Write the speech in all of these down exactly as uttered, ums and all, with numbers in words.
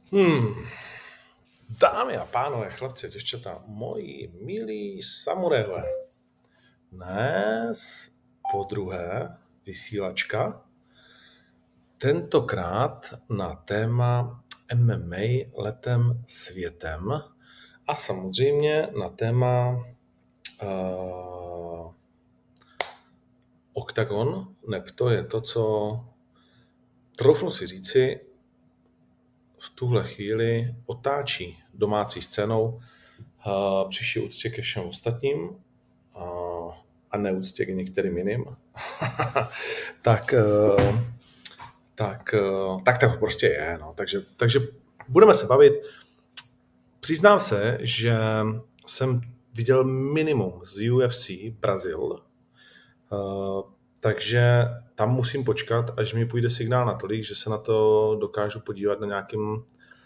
Hmm. Dámy a pánové, chlapci a děvčata, moji milí samurajové, dnes po druhé vysílačka, tentokrát na téma M M A letem světem a samozřejmě na téma uh, Octagon, neb to je to, co troufnu si říci, v tuhle chvíli otáčí domácí scénou uh, přišli úctě ke všem ostatním uh, a neúctě k některým jiným, tak, uh, tak, uh, tak to prostě je. No. Takže, takže budeme se bavit. Přiznám se, že jsem viděl minimum z U F C Brazil, uh, takže tam musím počkat, až mi půjde signál natolik, že se na to dokážu podívat na nějakým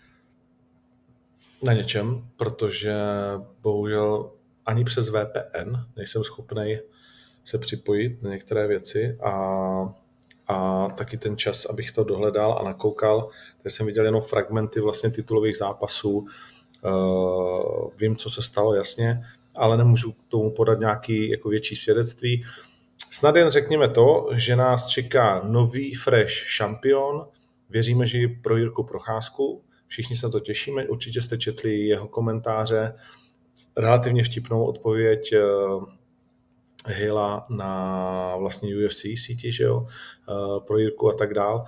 na něčem, protože bohužel ani přes V P N nejsem schopný se připojit na některé věci a, a taky ten čas, abych to dohledal a nakoukal. Takže jsem viděl jenom fragmenty vlastně titulových zápasů. Uh, vím, co se stalo jasně, ale nemůžu k tomu podat nějaký jako větší svědectví. Snad jen řekněme to, že nás čeká nový fresh šampion. Věříme, že ji pro Jirku Procházku. Všichni se to těšíme, určitě jste četli jeho komentáře, relativně vtipnou odpověď Hila na vlastně U F C síti, že jo, pro Jirku a tak dál.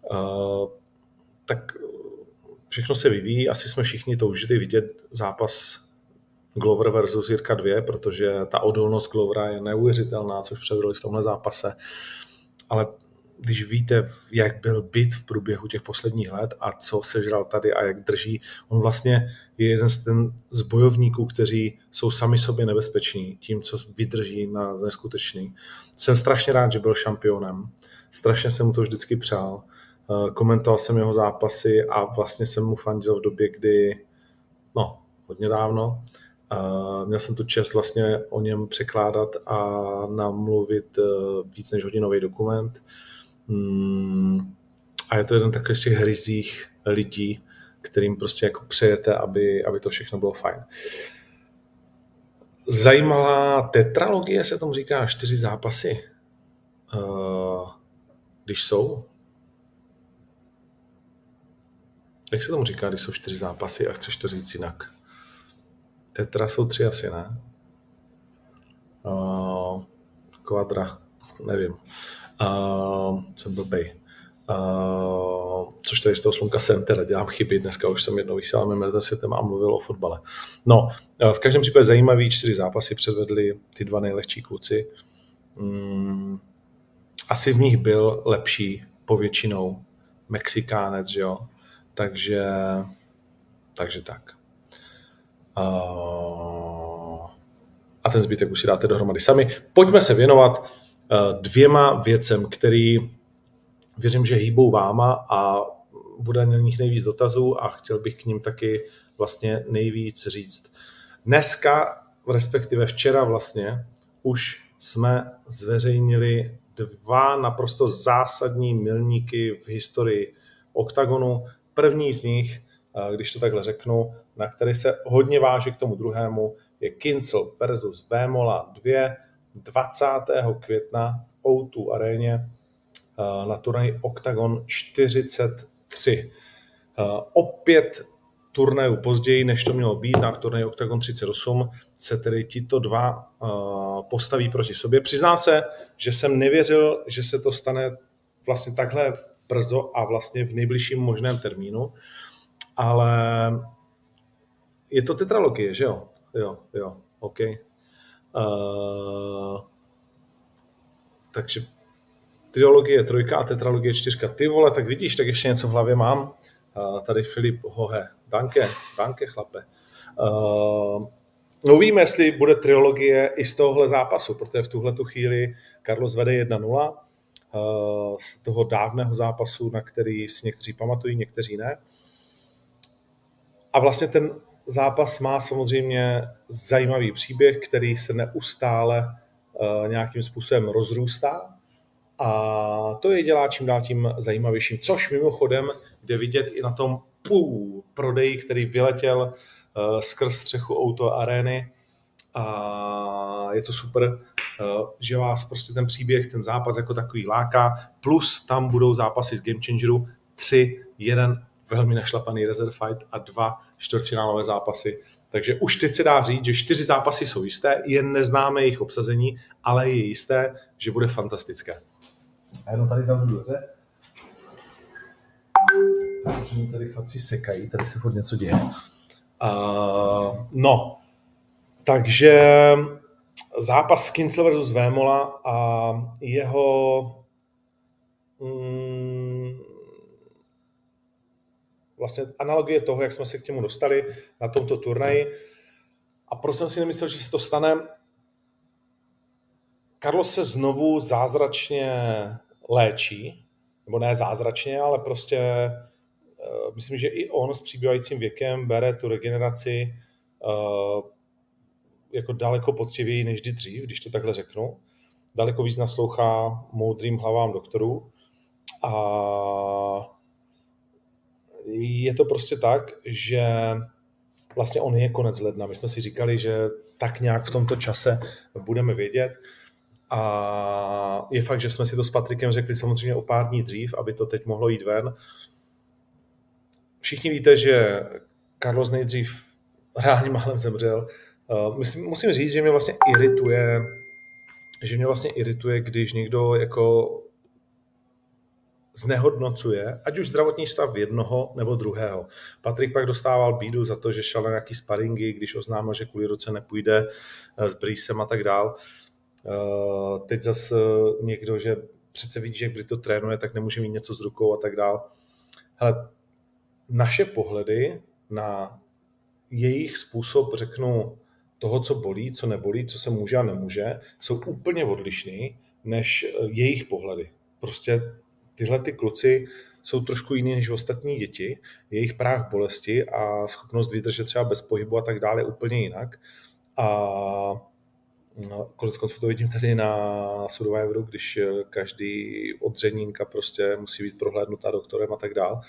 Tak všechno se vyvíjí, asi jsme všichni toužili vidět zápas Glover versus Jirka dva, protože ta odolnost Glovera je neuvěřitelná, což předvedli v tomhle zápase, ale když víte, jak byl bit v průběhu těch posledních let a co sežral tady a jak drží, on vlastně je jeden z, ten, z bojovníků, kteří jsou sami sobě nebezpeční tím, co vydrží na neskutečný. Jsem strašně rád, že byl šampionem. Strašně jsem mu to vždycky přál. Komentoval jsem jeho zápasy a vlastně jsem mu fandil v době, kdy, no, hodně dávno, měl jsem tu čest vlastně o něm překládat a namluvit víc než hodinový dokument. Hmm. A je to jeden takový z těch hryzích lidí, kterým prostě jako přejete, aby, aby to všechno bylo fajn. Zajímavá tetralogie se tomu říká, čtyři zápasy. Uh, když jsou? Jak se tomu říká, když jsou čtyři zápasy a chceš to říct jinak? Tetra jsou tři asi, ne? Uh, kvadra, nevím. Uh, jsem blbej. Uh, což tady z toho slunka jsem, teda dělám chyby, dneska už jsem jednou vysílal Mimo světem a mluvil o fotbale. No, uh, v každém případě zajímavý, čtyři zápasy předvedli ty dva nejlehčí kluci. Um, asi v nich byl lepší povětšinou Mexikánec, že jo? Takže, takže tak. Uh, a ten zbytek už si dáte dohromady sami. Pojďme se věnovat dvěma věcem, který věřím, že hýbou váma a bude na nich nejvíc dotazů a chtěl bych k ním taky vlastně nejvíc říct. Dneska, respektive včera vlastně, už jsme zveřejnili dva naprosto zásadní milníky v historii Octagonu. První z nich, když to takhle řeknu, na který se hodně váží k tomu druhému, je Kincl versus Vémola dva, dvacátého května v O dva aréně na turnaji Octagon čtyřicet tři. Opět turnajů později, než to mělo být, na turnaji Octagon třicet osm, se tedy tito dva postaví proti sobě. Přiznám se, že jsem nevěřil, že se to stane vlastně takhle brzo a vlastně v nejbližším možném termínu, ale je to tetralogie, že jo? Jo, jo, OK. Uh, takže trilogie trojka a tetralogie čtyřka. Ty vole, tak vidíš, tak ještě něco v hlavě mám. Uh, tady Filip Hohe. Danke, danke chlape. Uh, no víme, jestli bude trilogie i z tohohle zápasu, protože v tuhletu chvíli Carlos vede jedna nula uh, z toho dávného zápasu, na který si někteří pamatují, někteří ne. A vlastně ten zápas má samozřejmě zajímavý příběh, který se neustále uh, nějakým způsobem rozrůstá a to je dělá čím dál tím zajímavějším, což mimochodem jde vidět i na tom pů, prodej, který vyletěl uh, skrz střechu Auto Arény a je to super, uh, že vás prostě ten příběh, ten zápas jako takový láká, plus tam budou zápasy z Game Changeru, tři, jeden velmi našlapaný reserve fight a dva čtvrtfinálové zápasy. Takže už teď se dá říct, že čtyři zápasy jsou jisté, jen neznáme jejich obsazení, ale je jisté, že bude fantastické. A jenom tady zavřu dveře. Protože mi tady chlapci sekají, tady se furt něco děje. Uh, no, takže zápas Kincel versus Vémola a jeho mm, vlastně analogie toho, jak jsme se k němu dostali na tomto turnaji. A proč jsem si nemyslel, že se to stane? Carlos se znovu zázračně léčí, nebo ne zázračně, ale prostě uh, myslím, že i on s přibývajícím věkem bere tu regeneraci uh, jako daleko poctivěji než kdy dřív, když to takhle řeknu. Daleko víc naslouchá moudrým hlavám doktorů. A je to prostě tak, že vlastně on je konec ledna. My jsme si říkali, že tak nějak v tomto čase budeme vědět. A je fakt, že jsme si to s Patrikem řekli samozřejmě o pár dní dřív, aby to teď mohlo jít ven. Všichni víte, že Carlos nejdřív reálně málem zemřel. Musím, musím říct, že mě vlastně irituje, že mě vlastně irituje, když někdo jako znehodnocuje, ať už zdravotní stav jednoho nebo druhého. Patrik pak dostával bídu za to, že šel na nějaký sparingy, když oznámil, že kvůli ruce nepůjde s Breesem a tak dál. Teď zase někdo, že přece vidí, že když to trénuje, tak nemůže mít něco s rukou a tak dál. Hele, naše pohledy na jejich způsob, řeknu, toho, co bolí, co nebolí, co se může a nemůže, jsou úplně odlišný než jejich pohledy. Prostě tyhle ty kluci jsou trošku jiný než ostatní děti, jejich práh bolesti a schopnost vydržet třeba bez pohybu a tak dále je úplně jinak. A no, konec konců to vidím tady na Survivoru, když každý odřenínka prostě musí být prohlédnutá doktorem a tak dále.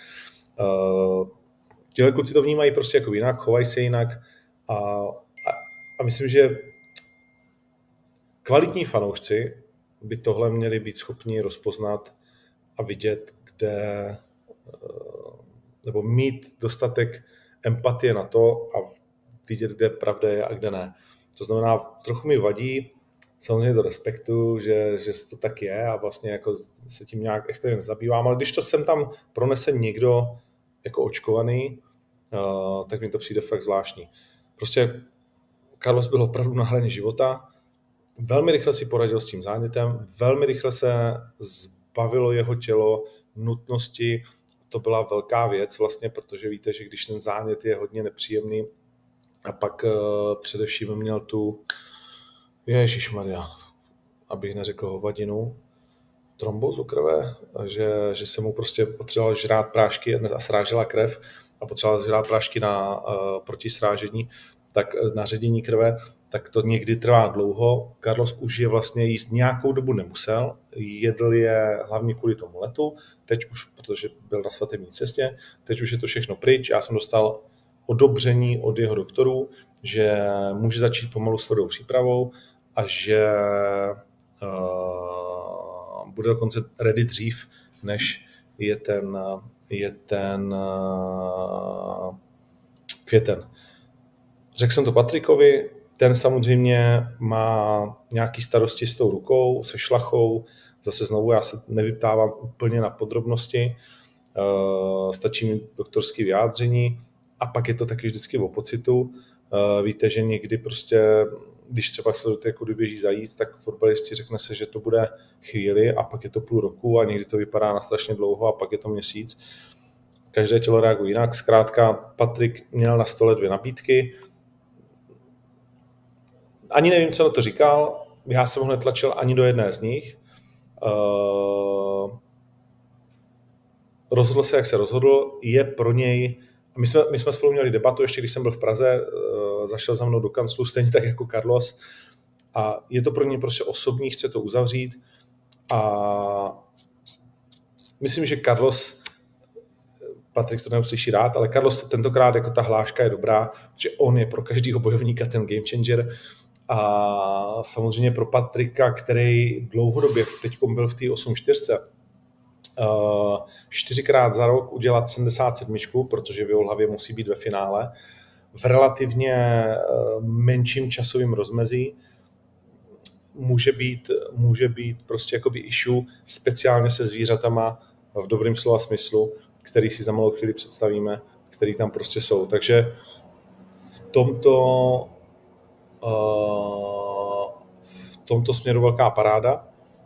Tihle kluci to vnímají prostě jako jinak, chovají se jinak a, a, a myslím, že kvalitní fanoušci by tohle měli být schopni rozpoznat a vidět, kde, nebo mít dostatek empatie na to a vidět, kde pravda je a kde ne. To znamená, trochu mi vadí, samozřejmě to respektuju, že, že to tak je a vlastně jako se tím nějak extrémně nezabývám, ale když to sem tam pronese někdo jako očkovaný, uh, tak mi to přijde fakt zvláštní. Prostě Carlos byl opravdu na hraně života, velmi rychle si poradil s tím zánětem, velmi rychle se zbavilo jeho tělo nutnosti, to byla velká věc vlastně, protože víte, že když ten zánět je hodně nepříjemný a pak uh, především měl tu, ježišmarja, abych neřekl hovadinu, trombózu krve, že, že se mu prostě potřeboval žrát prášky a srážela krev a potřeboval žrát prášky na uh, protisrážení, tak na ředění krve, tak to někdy trvá dlouho. Carlos už je vlastně jíst nějakou dobu nemusel, jedl je hlavně kvůli tomu letu, teď už, protože byl na svatební cestě, teď už je to všechno pryč. Já jsem dostal odobření od jeho doktorů, že může začít pomalu s tvrdou přípravou a že uh, bude dokonce ready dřív, než je ten, je ten uh, květen. Řekl jsem to Patrikovi, ten samozřejmě má nějaké starosti s tou rukou, se šlachou, zase znovu já se nevyptávám úplně na podrobnosti, uh, stačí mi doktorské vyjádření a pak je to taky vždycky o pocitu. Uh, víte, že někdy prostě, když třeba sledujete, jako kdy běží zajíc, tak fotbalisti řekne se, že to bude chvíli a pak je to půl roku a někdy to vypadá na strašně dlouho a pak je to měsíc. Každé tělo reaguje jinak. Zkrátka Patrik měl na stole dvě nabídky. Ani nevím, co na to říkal, já jsem ho netlačil ani do jedné z nich. Uh, rozhodl se, jak se rozhodl, je pro něj, my jsme, my jsme spolu měli debatu, ještě když jsem byl v Praze, uh, zašel za mnou do kanclu, stejně tak jako Carlos, a je to pro něj prostě osobní, chce to uzavřít a myslím, že Carlos Patrik to neuslyší rád, ale Carlos tentokrát jako ta hláška je dobrá, že on je pro každého bojovníka ten game changer. A samozřejmě pro Patrika, který dlouhodobě teď byl v té osm čtyři, uh, čtyřikrát za rok udělat sedmdesát sedm, protože v jeho hlavě musí být ve finále, v relativně uh, menším časovým rozmezí, může být, může být prostě jakoby issue, speciálně se zvířatama v dobrém slova smyslu, který si za malou chvíli představíme, který tam prostě jsou. Takže v tomto uh, v tomto směru velká paráda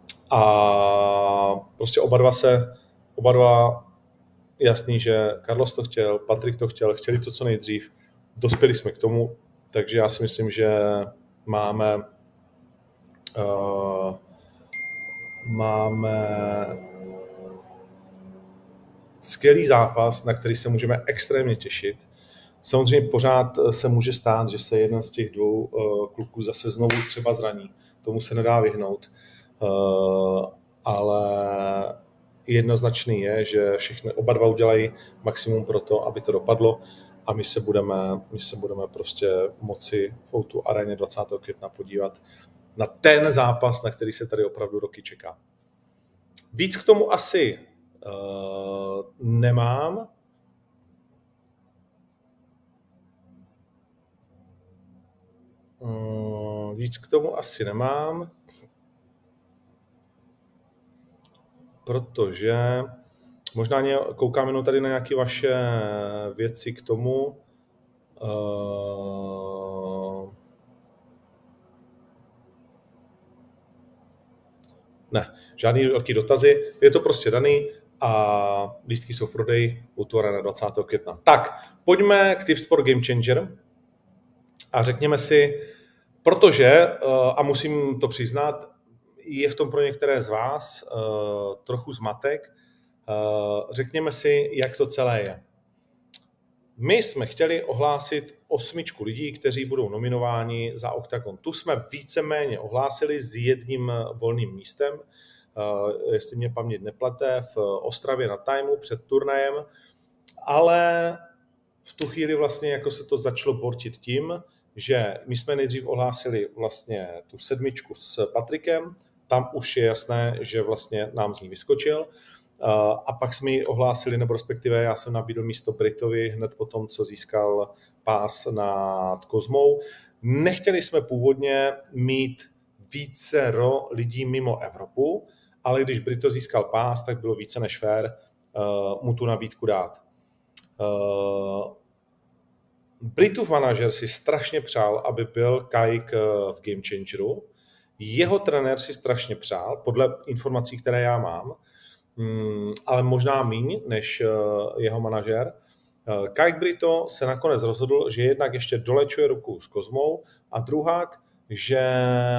a prostě oba dva se, oba dva jasný, že Carlos to chtěl, Patrik to chtěl, chtěli to co nejdřív, dospěli jsme k tomu, takže já si myslím, že máme uh, máme skvělý zápas, na který se můžeme extrémně těšit. Samozřejmě pořád se může stát, že se jeden z těch dvou uh, kluků zase znovu třeba zraní. Tomu se nedá vyhnout. Uh, ale jednoznačný je, že všichni oba dva udělají maximum pro to, aby to dopadlo a my se budeme, my se budeme prostě moci v O dva aréně dvacátého května podívat na ten zápas, na který se tady opravdu roky čeká. Víc k tomu asi uh, nemám. Uh, víc k tomu asi nemám, protože možná ně, koukám jenom tady na nějaké vaše věci k tomu. Uh, ne, žádný velký dotazy, je to prostě daný a lístky jsou v prodeji, utvorené dvacátého května. Tak, pojďme k Tipsport Game Changer a řekněme si, protože, a musím to přiznat, je v tom pro některé z vás trochu zmatek, řekněme si, jak to celé je. My jsme chtěli ohlásit osmičku lidí, kteří budou nominováni za Octagon. Tu jsme víceméně ohlásili s jedním volným místem, jestli mě paměť neplete, v Ostravě na Timeu před turnajem, ale v tu chvíli vlastně jako se to začalo bortit tím, že my jsme nejdřív ohlásili vlastně tu sedmičku s Patrikem, tam už je jasné, že vlastně nám z ní vyskočil, a pak jsme ji ohlásili, nebo respektive já jsem nabídl místo Britovi hned po tom, co získal pás nad Kozmou. Nechtěli jsme původně mít vícero lidí mimo Evropu, ale když Brito získal pás, tak bylo více než fér uh, mu tu nabídku dát. Uh, Britův manažer si strašně přál, aby byl Kajk v Game Changeru. Jeho trenér si strašně přál, podle informací, které já mám, ale možná míň než jeho manažer. Kajk Brito se nakonec rozhodl, že jednak ještě dolečuje ruku s Kozmou a druhák, že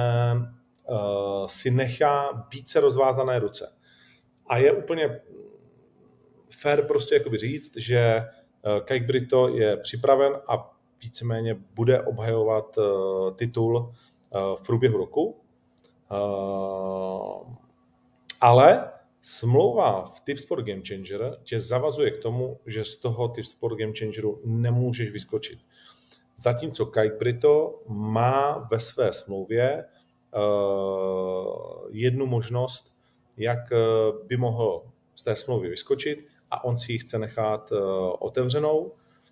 si nechá více rozvázané ruce. A je úplně fér prostě jakoby říct, že Kajk Brito je připraven a víceméně bude obhajovat titul v průběhu roku. Ale smlouva v Tipsport Game Changer tě zavazuje k tomu, že z toho Tipsport Game Changeru nemůžeš vyskočit. Zatímco Kajk Brito má ve své smlouvě jednu možnost, jak by mohl z té smlouvy vyskočit, a on si ji chce nechat uh, otevřenou.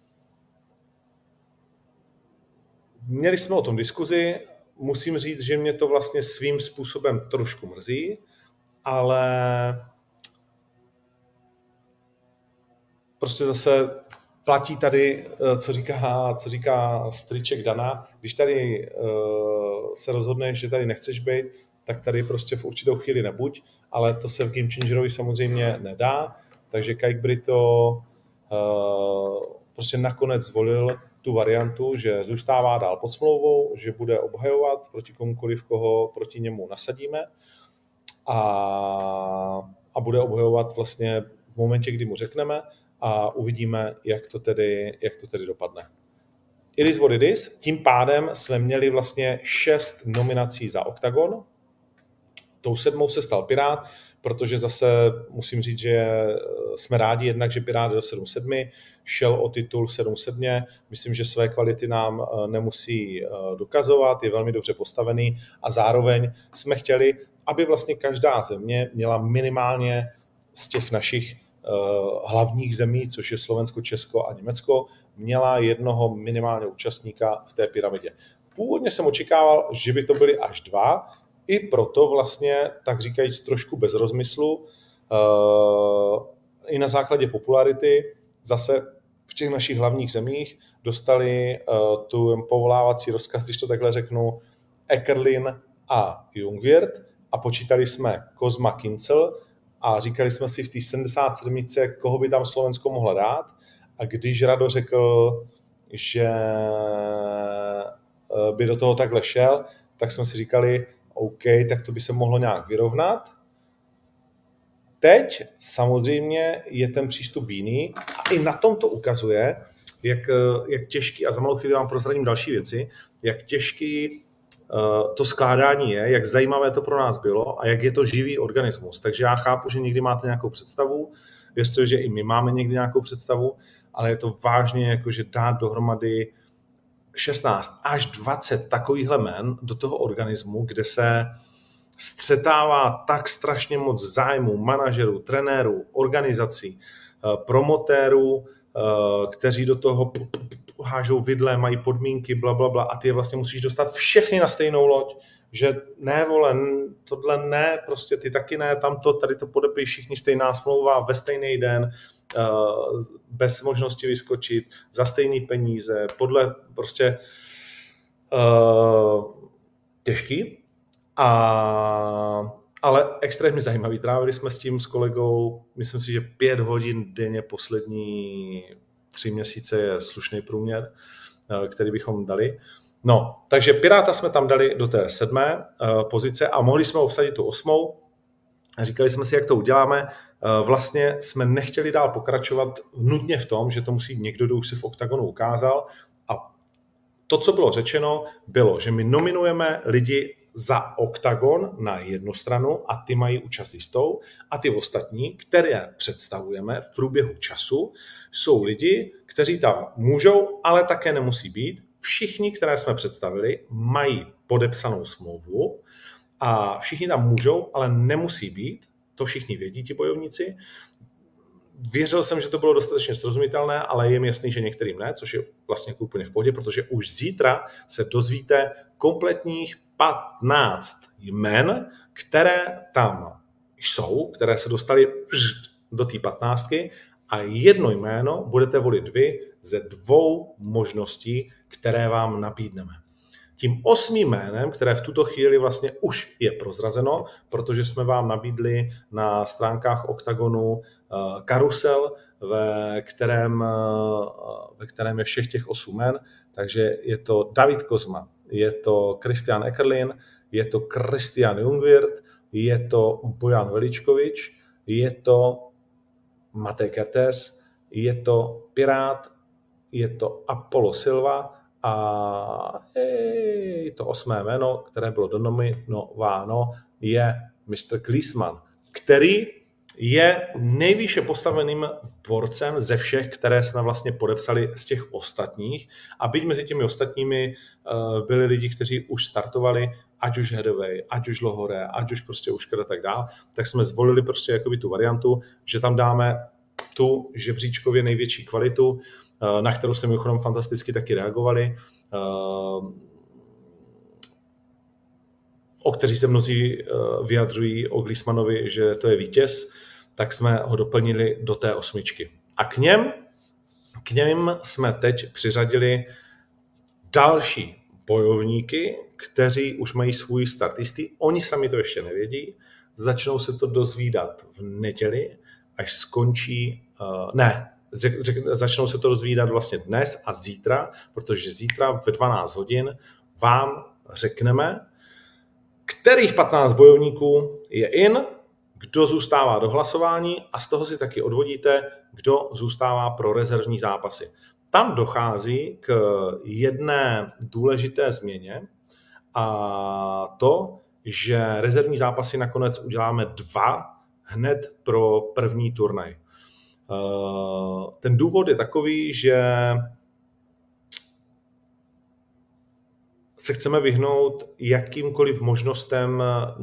Měli jsme o tom diskuzi, musím říct, že mě to vlastně svým způsobem trošku mrzí, ale prostě zase platí tady, co říká, co říká strýček Dana, když tady uh, se rozhodneš, že tady nechceš být, tak tady prostě v určitou chvíli nebuď, ale to se v Game Changerovi samozřejmě nedá. Takže Kajk Brito uh, prostě nakonec zvolil tu variantu, že zůstává dál pod smlouvou, že bude obhajovat proti komukoliv, koho proti němu nasadíme a, a bude obhajovat vlastně v momentě, kdy mu řekneme a uvidíme, jak to tedy, jak to tedy dopadne. It is what it is. Tím pádem jsme měli vlastně šest nominací za Octagon. Tou sedmou se stal Pirát. protože zase musím říct, že jsme rádi jednak, že Pirát do sedm sedm, šel o titul sedm sedm, myslím, že své kvality nám nemusí dokazovat, je velmi dobře postavený a zároveň jsme chtěli, aby vlastně každá země měla minimálně z těch našich hlavních zemí, což je Slovensko, Česko a Německo, měla jednoho minimálně účastníka v té pyramidě. Původně jsem očekával, že by to byly až dva, i proto vlastně, tak říkajíc, trošku bez rozmyslu, i na základě popularity, zase v těch našich hlavních zemích dostali tu povolávací rozkaz, když to takhle řeknu, Eckerlin a Jungwirth a počítali jsme Kozma, Kincl a říkali jsme si v té sedmdesát sedm, koho by tam Slovensko mohla dát, a když Rado řekl, že by do toho takhle šel, tak jsme si říkali, OK, tak to by se mohlo nějak vyrovnat. Teď samozřejmě je ten přístup jiný a i na tom to ukazuje, jak, jak těžký, a za malou chvíli vám prozradím další věci, jak těžký uh, to skládání je, jak zajímavé to pro nás bylo a jak je to živý organismus. Takže já chápu, že někdy máte nějakou představu, věřte, že i my máme někdy nějakou představu, ale je to vážně jakože dát dohromady šestnáct až dvacet takovýchhle men do toho organismu, kde se střetává tak strašně moc zájmů, manažerů, trenérů, organizací, promotérů, kteří do toho hážou vidle, mají podmínky, blablabla, a ty je vlastně musíš dostat všechny na stejnou loď, že ne, vole, tohle ne, prostě ty taky ne, tamto, tady to podepiš všichni, stejná smlouva ve stejný den, bez možnosti vyskočit, za stejný peníze, podle prostě uh, těžký, a, ale extrémně zajímavý. Trávili jsme s tím s kolegou, myslím si, že pět hodin denně poslední tři měsíce je slušný průměr, který bychom dali. No, takže Piráta jsme tam dali do té sedmé uh, pozice a mohli jsme obsadit tu osmou. Říkali jsme si, jak to uděláme. Vlastně jsme nechtěli dál pokračovat nutně v tom, že to musí někdo, kdo už si v oktagonu ukázal. A to, co bylo řečeno, bylo, že my nominujeme lidi za oktagon na jednu stranu a ty mají účast jistou, a ty ostatní, které představujeme v průběhu času, jsou lidi, kteří tam můžou, ale také nemusí být. Všichni, které jsme představili, mají podepsanou smlouvu a všichni tam můžou, ale nemusí být. To všichni vědí, ti bojovníci. Věřil jsem, že to bylo dostatečně srozumitelné, ale je jim jasný, že některým ne, což je vlastně úplně v pohodě, protože už zítra se dozvíte kompletních patnáct jmen, které tam jsou, které se dostaly do té patnáctky, a jedno jméno budete volit vy ze dvou možností, které vám nabídneme. Tím osmým jménem, které v tuto chvíli vlastně už je prozrazeno, protože jsme vám nabídli na stránkách Oktagonu karusel, ve kterém, ve kterém je všech těch osm jmen, takže je to David Kozma, je to Christian Eckerlin, je to Christian Jungwirth, je to Bojan Veličkovič, je to Matej Kertész, je to Pirát, je to Apollo Silva a ej, to osmé jméno, které bylo donominováno, je mister Klinsmann, který je nejvýše postaveným borcem ze všech, které jsme vlastně podepsali z těch ostatních. A byť mezi těmi ostatními uh, byli lidi, kteří už startovali, ať už Hedoway, ať už Lohore, ať už prostě Uškr a tak dál, tak jsme zvolili prostě jakoby tu variantu, že tam dáme tu žebříčkově největší kvalitu, uh, na kterou jsme mimochodem fantasticky taky reagovali, uh, o kteří se mnozí uh, vyjadřují o Klinsmannovi, že to je vítěz, tak jsme ho doplnili do té osmičky. A k něm, k něm jsme teď přiřadili další bojovníky, kteří už mají svůj start jistý. Oni sami to ještě nevědí, začnou se to dozvídat v neděli, až skončí, uh, ne, řek, řek, začnou se to dozvídat vlastně dnes a zítra, protože zítra ve dvanáct hodin vám řekneme, kterých patnáct bojovníků je in, kdo zůstává do hlasování, a z toho si taky odvodíte, kdo zůstává pro rezervní zápasy. Tam dochází k jedné důležité změně, a to, že rezervní zápasy nakonec uděláme dva hned pro první turnaj. Ten důvod je takový, že se chceme vyhnout jakýmkoliv možnostem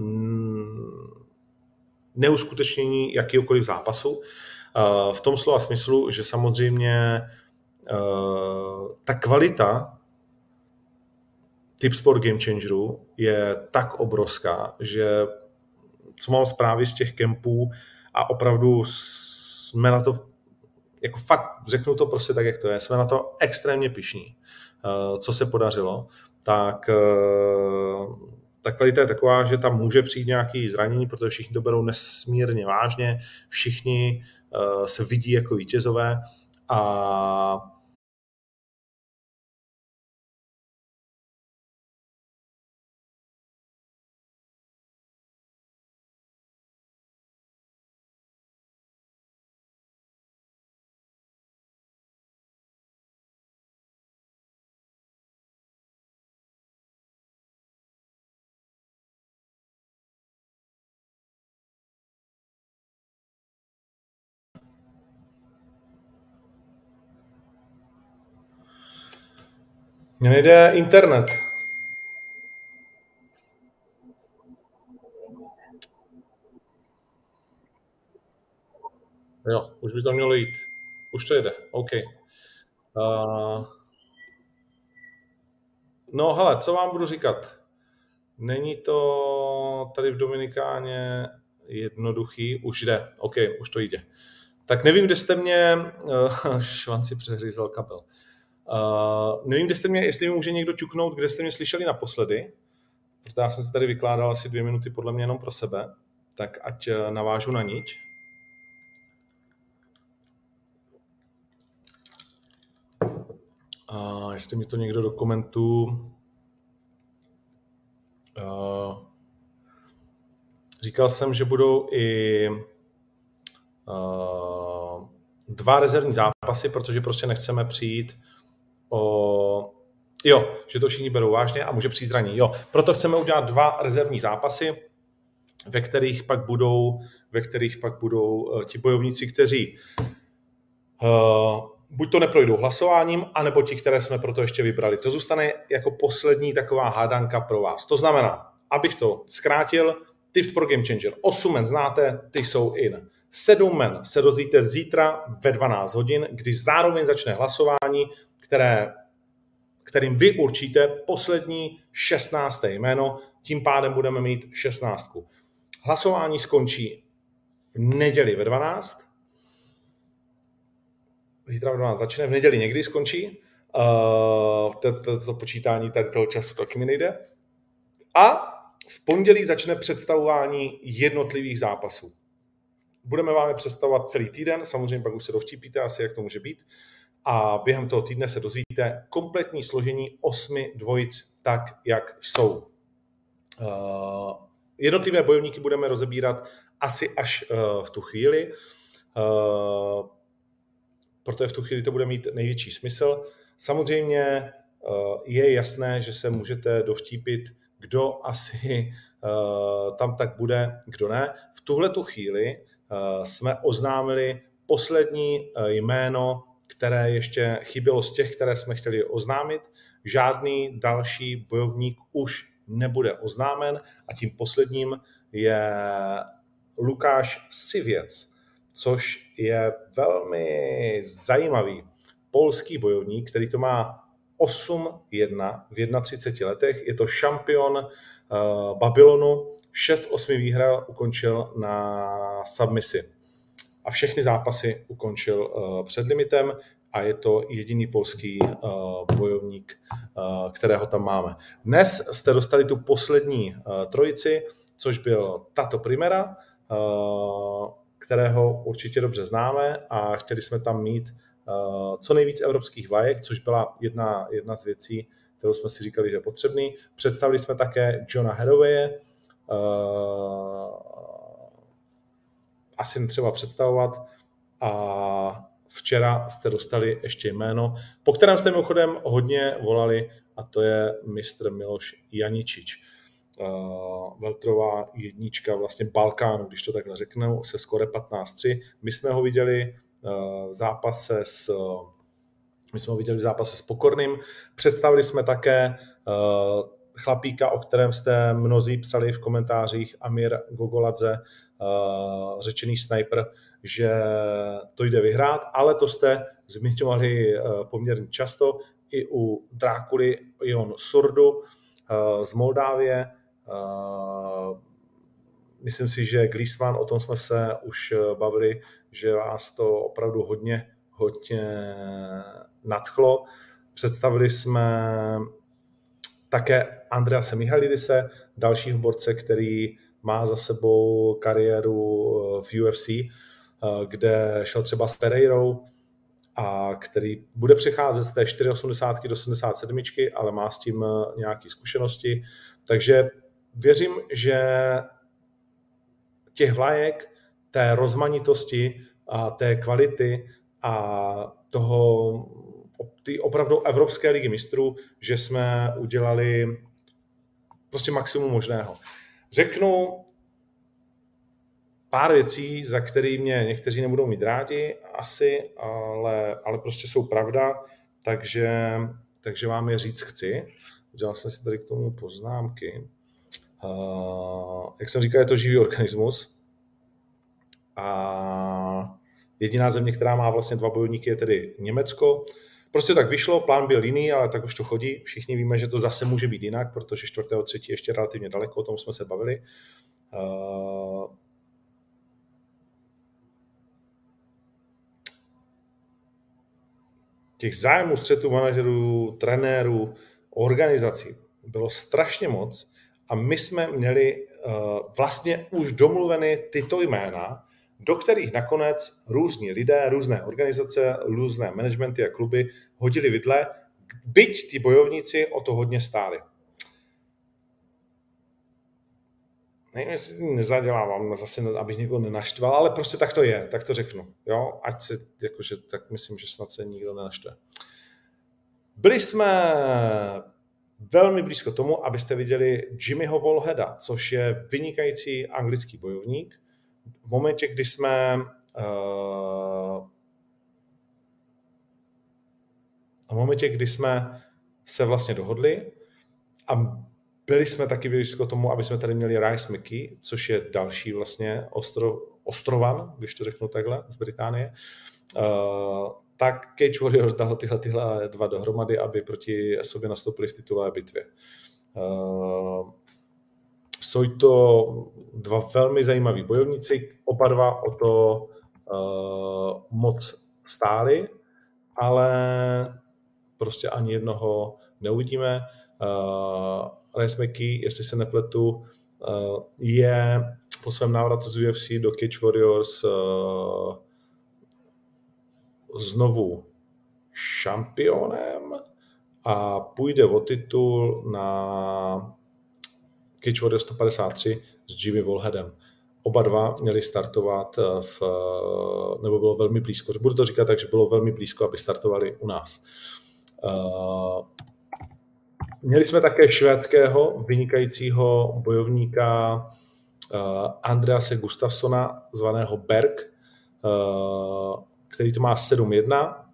neuskutečnění jakýkoliv zápasu. V tom slova smyslu, že samozřejmě ta kvalita Tipsport Game Changerů je tak obrovská, že co mám zprávy z těch kempů a opravdu jsme na to, jako fakt řeknu to prostě tak, jak to je, jsme na to extrémně pyšní, co se podařilo, tak ta kvalita je taková, že tam může přijít nějaké zranění, protože všichni to berou nesmírně vážně, všichni se vidí jako vítězové a mně nejde internet. Jo, už by to mělo jít. Už to jede, OK. Uh, no hele, co vám budu říkat? Není to tady v Dominikáně jednoduchý, už jde, OK, už to jde. Tak nevím, kde jste mě, uh, švanci přehryzel kabel. Uh, nevím, kde jste mě, jestli mi může někdo ťuknout, kde jste mě slyšeli naposledy, protože já jsem se tady vykládal asi dvě minuty podle mě jenom pro sebe, tak ať navážu na niť. Uh, jestli mi to někdo do komentů uh, říkal jsem, že budou i uh, dva rezervní zápasy, protože prostě nechceme přijít o... Jo, že to všichni berou vážně a může přijít zranění. Jo, proto chceme udělat dva rezervní zápasy, ve kterých pak budou, ve kterých pak budou uh, ti bojovníci, kteří uh, buď to neprojdou hlasováním, anebo ti, které jsme proto ještě vybrali. To zůstane jako poslední taková hádanka pro vás. To znamená, abych to zkrátil, Tipsport Game Changer. osm men znáte, ty jsou in. sedm men se dozvíte zítra ve dvanáct hodin, kdy zároveň začne hlasování, které, kterým vy určíte poslední šestnácté jméno, tím pádem budeme mít šestnáctku. Hlasování skončí v neděli ve dvanáct. Zítra v dvanáct začne, v neděli někdy skončí. Uh, to, to, to počítání tady toho času taky mi nejde. A v pondělí začne představování jednotlivých zápasů. Budeme vám je představovat celý týden, samozřejmě pak už se dovtípíte asi, jak to může být. A během toho týdne se dozvíte kompletní složení osmi dvojic tak, jak jsou. Uh, jednotlivé bojovníky budeme rozebírat asi až uh, v tu chvíli. Uh, protože v tu chvíli to bude mít největší smysl. Samozřejmě je jasné, že se můžete dovtípit, kdo asi tam tak bude, kdo ne. V tuhletu chvíli jsme oznámili poslední jméno, které ještě chybělo z těch, které jsme chtěli oznámit. Žádný další bojovník už nebude oznámen a tím posledním je Lukáš Sivěc, což je velmi zajímavý polský bojovník, který to má osm jedna v třiceti jedné letech. Je to šampion uh, Babylonu, šest osmi výher ukončil na submisi. A všechny zápasy ukončil uh, před limitem a je to jediný polský uh, bojovník, uh, kterého tam máme. Dnes jste dostali tu poslední uh, trojici, což byl Tato Primera, uh, kterého určitě dobře známe a chtěli jsme tam mít uh, co nejvíc evropských vlajek, což byla jedna, jedna z věcí, kterou jsme si říkali, že je potřebný. Představili jsme také Johna Hathaway, uh, asi netřeba představovat a včera jste dostali ještě jméno, po kterém jste mimochodem hodně volali a to je mistr Miloš Janičič. uh, welterová jednička vlastně Balkánu, když to takhle řeknu, se skore patnáct tři. My jsme ho viděli uh, v zápase s uh, my jsme ho viděli v zápase s Pokorným. Představili jsme také uh, chlapíka, o kterém jste mnozí psali v komentářích, Amir Gogoladze, uh, řečený sniper, že to jde vyhrát, ale to jste zmiňovali uh, poměrně často i u Drákuly Ion Surdu uh, z Moldávie. Uh, myslím si, že Griezmann, o tom jsme se už bavili, že vás to opravdu hodně, hodně nadchlo. Představili jsme také Andrease Mihalidise, dalšího borce, který má za sebou kariéru v U F C, kde šel třeba s Pereirou a který bude přecházet z té čtyři osmdesát do sedmdesát sedm, ale má s tím nějaké zkušenosti. Takže věřím, že těch vlajek, té rozmanitosti a té kvality a toho, ty opravdu Evropské ligy mistrů, že jsme udělali prostě maximum možného. Řeknu pár věcí, za které mě někteří nebudou mít rádi asi, ale, ale prostě jsou pravda, takže, takže vám je říct chci. Udělal jsem si tady k tomu poznámky. Uh, jak jsem říkal, je to živý organismus a jediná země, která má vlastně dva bojovníky, je tedy Německo. Prostě tak vyšlo, plán byl jiný, ale tak už to chodí. Všichni víme, že to zase může být jinak, protože čtvrtého třetí ještě relativně daleko, o tom jsme se bavili. Uh, těch zájmů, střetů manažerů, trenérů, organizací bylo strašně moc a my jsme měli uh, vlastně už domluveny tyto jména, do kterých nakonec různí lidé, různé organizace, různé managementy a kluby hodili vidle, byť ty bojovníci o to hodně stáli. Nevím, jestli nezadělávám zase, abych někoho nenaštval, ale prostě tak to je, tak to řeknu. Jo? Ať se, jakože, tak myslím, že snad se nikdo nenaštve. Byli jsme velmi blízko tomu, abyste viděli Jimmyho Wallheada, což je vynikající anglický bojovník. V momentě, kdy jsme uh, v momentě, kdy jsme se vlastně dohodli a byli jsme taky blízko tomu, aby jsme tady měli Rice McKee, což je další vlastně ostro, ostrovan, když to řeknu takhle, z Británie, uh, tak Cage Warriors dal tyhle, tyhle dva dohromady, aby proti sobě nastoupili v titulové bitvě. Uh, Jsou to dva velmi zajímaví bojovníci, oba dva o to uh, moc stáli, ale prostě ani jednoho neuvidíme. Uh, Rice McKee, jestli se nepletu, uh, je po svém návratu z U F C do Cage Warriors uh, znovu šampionem a půjde o titul na Cage Warriors sto padesát tři s Jimmy Wallheadem. Oba dva měli startovat v, nebo bylo velmi blízko, budu to říkat tak, že bylo velmi blízko, aby startovali u nás. Uh, měli jsme také švédského vynikajícího bojovníka uh, Andrease Gustafssona, zvaného Berg, uh, který to má sedm jedna.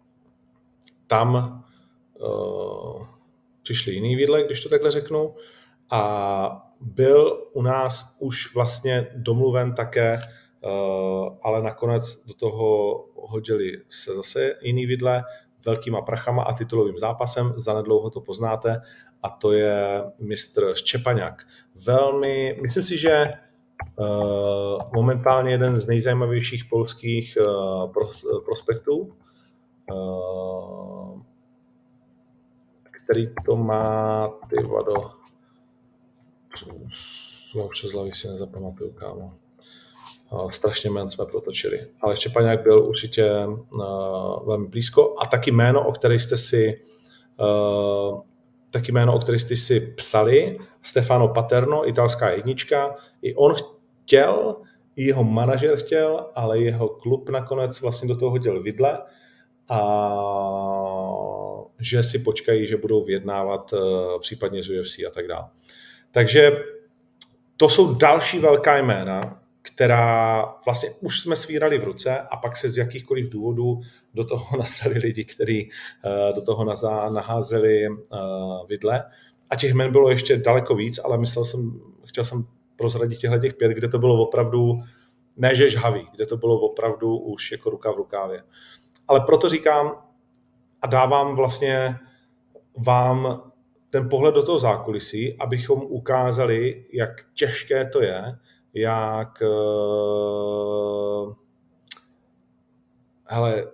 Tam uh, přišli jiný vidle, když to takhle řeknu. A byl u nás už vlastně domluven také, ale nakonec do toho hodili se zase jiný vidle velkýma prachama a titulovým zápasem, zanedlouho to poznáte, a to je mistr Štěpaňák. Velmi, myslím si, že momentálně jeden z nejzajímavějších polských prospektů, který to má, ty vado, já už z hlavy si nezapamatuju, kámo. Strašně men jsme protočili. Ale Štěpaňák byl určitě uh, velmi blízko a taky jméno, o které jste si uh, taky jméno, o které jste si psali, Stefano Paterno, italská jednička. I on chtěl, i jeho manažer chtěl, ale jeho klub nakonec vlastně do toho hodil vidle a že si počkají, že budou vyjednávat uh, případně z U F C a tak dále. Takže to jsou další velká jména, která vlastně už jsme svírali v ruce a pak se z jakýchkoliv důvodů do toho nastrali lidi, kteří do toho naházeli vidle. A těch jmen bylo ještě daleko víc, ale myslel jsem, chtěl jsem prozradit těchto těch pět, kde to bylo opravdu, ne že žhavý, kde to bylo opravdu už jako ruka v rukávě. Ale proto říkám a dávám vlastně vám ten pohled do toho zákulisí, abychom ukázali, jak těžké to je, jak hele,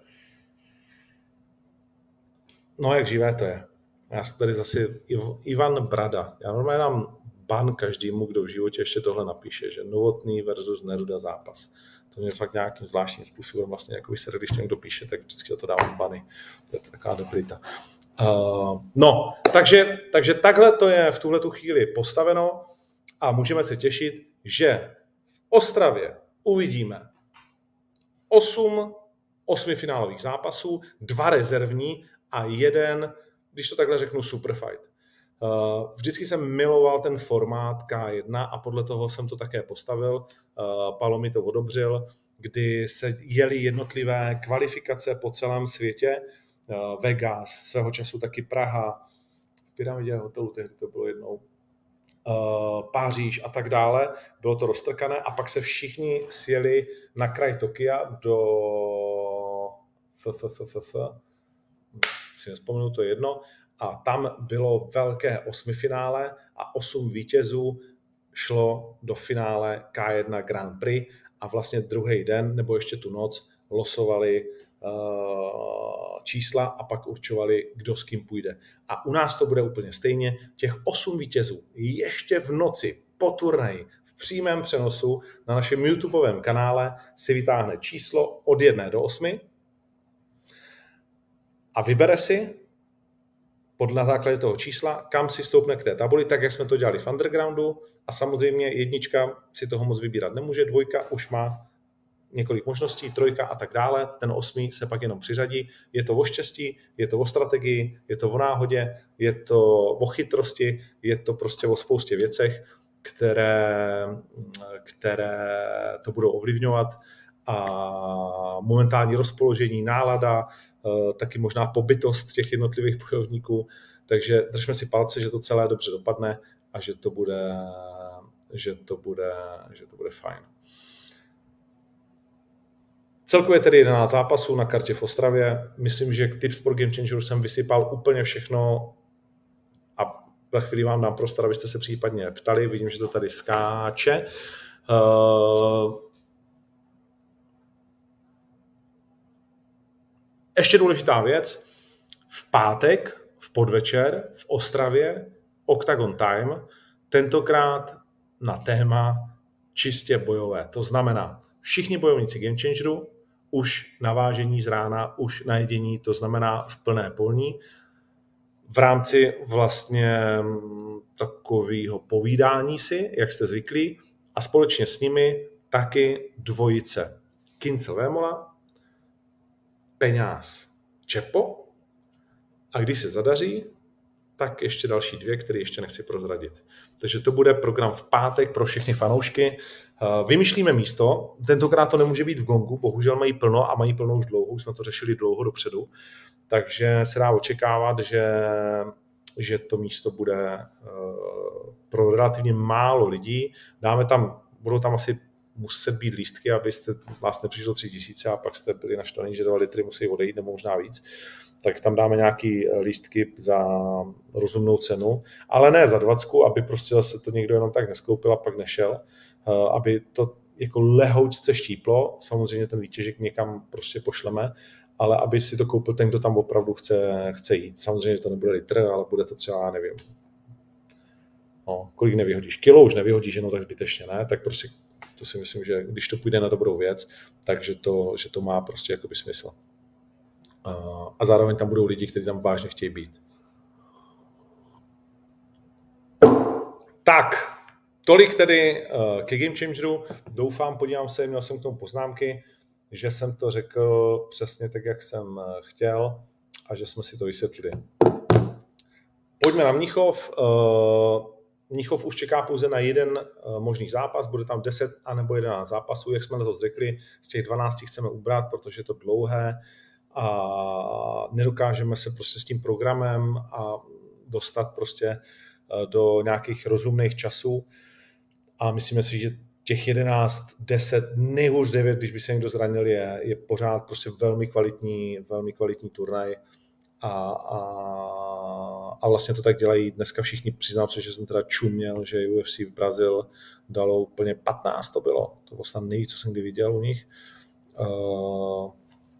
no jak živé to je. Já jsem tady zase Ivan Brada. Já normálně dám ban každému, kdo v životě ještě tohle napíše, že Novotný versus Neruda zápas. To mě fakt nějakým zvláštním způsobem vlastně, jako se když někdo píše, tak vždycky to dávám bany. To je taková debilita. Uh, no, takže, takže takhle to je v tuhletu chvíli postaveno a můžeme se těšit, že v Ostravě uvidíme osm osmifinálových zápasů, dva rezervní a jeden, když to takhle řeknu, superfight. Uh, vždycky jsem miloval ten formát K jedna a podle toho jsem to také postavil. Uh, Palo mi to odobřil, kdy se jeli jednotlivé kvalifikace po celém světě. Uh, Vegas, svého času taky Praha, v Pyramidě hotelu, tehdy to bylo jednou, uh, Paříž a tak dále. Bylo to roztrkané a pak se všichni sjeli na kraj Tokia do F, F, F, F, F. si nespomenu, to je jedno. A tam bylo velké osmifinále a osm vítězů šlo do finále K jedna Grand Prix a vlastně druhý den, nebo ještě tu noc, losovali uh, čísla a pak určovali, kdo s kým půjde. A u nás to bude úplně stejně. Těch osm vítězů ještě v noci po turnaji v přímém přenosu na našem YouTubeovém kanále si vytáhne číslo od jedné do osmi a vybere si pod na základě toho čísla, kam si stoupne k té tabuli, tak jak jsme to dělali v undergroundu a samozřejmě jednička si toho moc vybírat nemůže, dvojka už má několik možností, trojka a tak dále, ten osmý se pak jenom přiřadí. Je to o štěstí, je to o strategii, je to o náhodě, je to o chytrosti, je to prostě o spoustě věcech, které, které to budou ovlivňovat a momentální rozpoložení, nálada, taky možná pobytost těch jednotlivých bojovníků, takže držme si palce, že to celé dobře dopadne a že to bude, že to bude, že to bude fajn. Celkově tedy jedenáct zápasů na kartě v Ostravě. Myslím, že k Tips pro Game Changeru jsem vysypal úplně všechno a za chvíli vám dám prostor, abyste se případně ptali. Vidím, že to tady skáče. Uh... Ještě důležitá věc. V pátek, v podvečer, v Ostravě, Octagon Time, tentokrát na téma čistě bojové. To znamená, všichni bojovníci Game Changeru už na vážení z rána, už na jedění, to znamená v plné polní, v rámci vlastně takového povídání si, jak jste zvyklí, a společně s nimi taky dvojice Kincel Vémola, Peňáz Čepo a když se zadaří, tak ještě další dvě, které ještě nechci prozradit. Takže to bude program v pátek pro všechny fanoušky. Vymýšlíme místo, tentokrát to nemůže být v Gongu, bohužel mají plno a mají plno už dlouho, jsme to řešili dlouho dopředu, takže se dá očekávat, že, že to místo bude pro relativně málo lidí. Dáme tam, budou tam asi muset být lístky, abyste vás nepřišlo tři tisíce a pak jste byli naštvaní, že dva litry musí odejít nebo možná víc. Tak tam dáme nějaký lístky za rozumnou cenu, ale ne za dvacku, aby prostě zase to někdo jenom tak neskoupil a pak nešel, aby to jako lehoučce štíplo, samozřejmě ten výtěžek někam prostě pošleme, ale aby si to koupil ten, kdo tam opravdu chce, chce jít. Samozřejmě, že to nebude litr, ale bude to třeba, nevím, no, kolik nevyhodíš? Kilo už nevyhodíš, jenom tak zbytečně, ne? Tak prostě to si myslím, že když to půjde na dobrou věc, takže to, že to má prostě jakoby smysl. A zároveň tam budou lidi, kteří tam vážně chtějí být. Tak, tolik tedy ke Game Changeru. Doufám, podívám se, měl jsem k tomu poznámky, že jsem to řekl přesně tak, jak jsem chtěl a že jsme si to vysvětlili. Pojďme na Mnichov. Mnichov už čeká pouze na jeden uh, možný zápas, bude tam deset anebo jedenáct zápasů, jak jsme na to řekli, z těch dvanácti chceme ubrat, protože je to dlouhé a nedokážeme se prostě s tím programem a dostat prostě uh, do nějakých rozumných časů a myslíme si, že těch jedenáct, deset, nejhůř devět, když by se někdo zranil, je, je pořád prostě velmi kvalitní, velmi kvalitní turnaj. A, a, a vlastně to tak dělají dneska všichni. Přiznám se, že jsem teda čuměl, že U F C v Brazil dalo úplně patnáct, to bylo. To bylo snad nejvíc, co jsem kdy viděl u nich. Uh,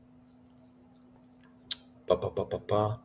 pa, pa, pa, pa, pa.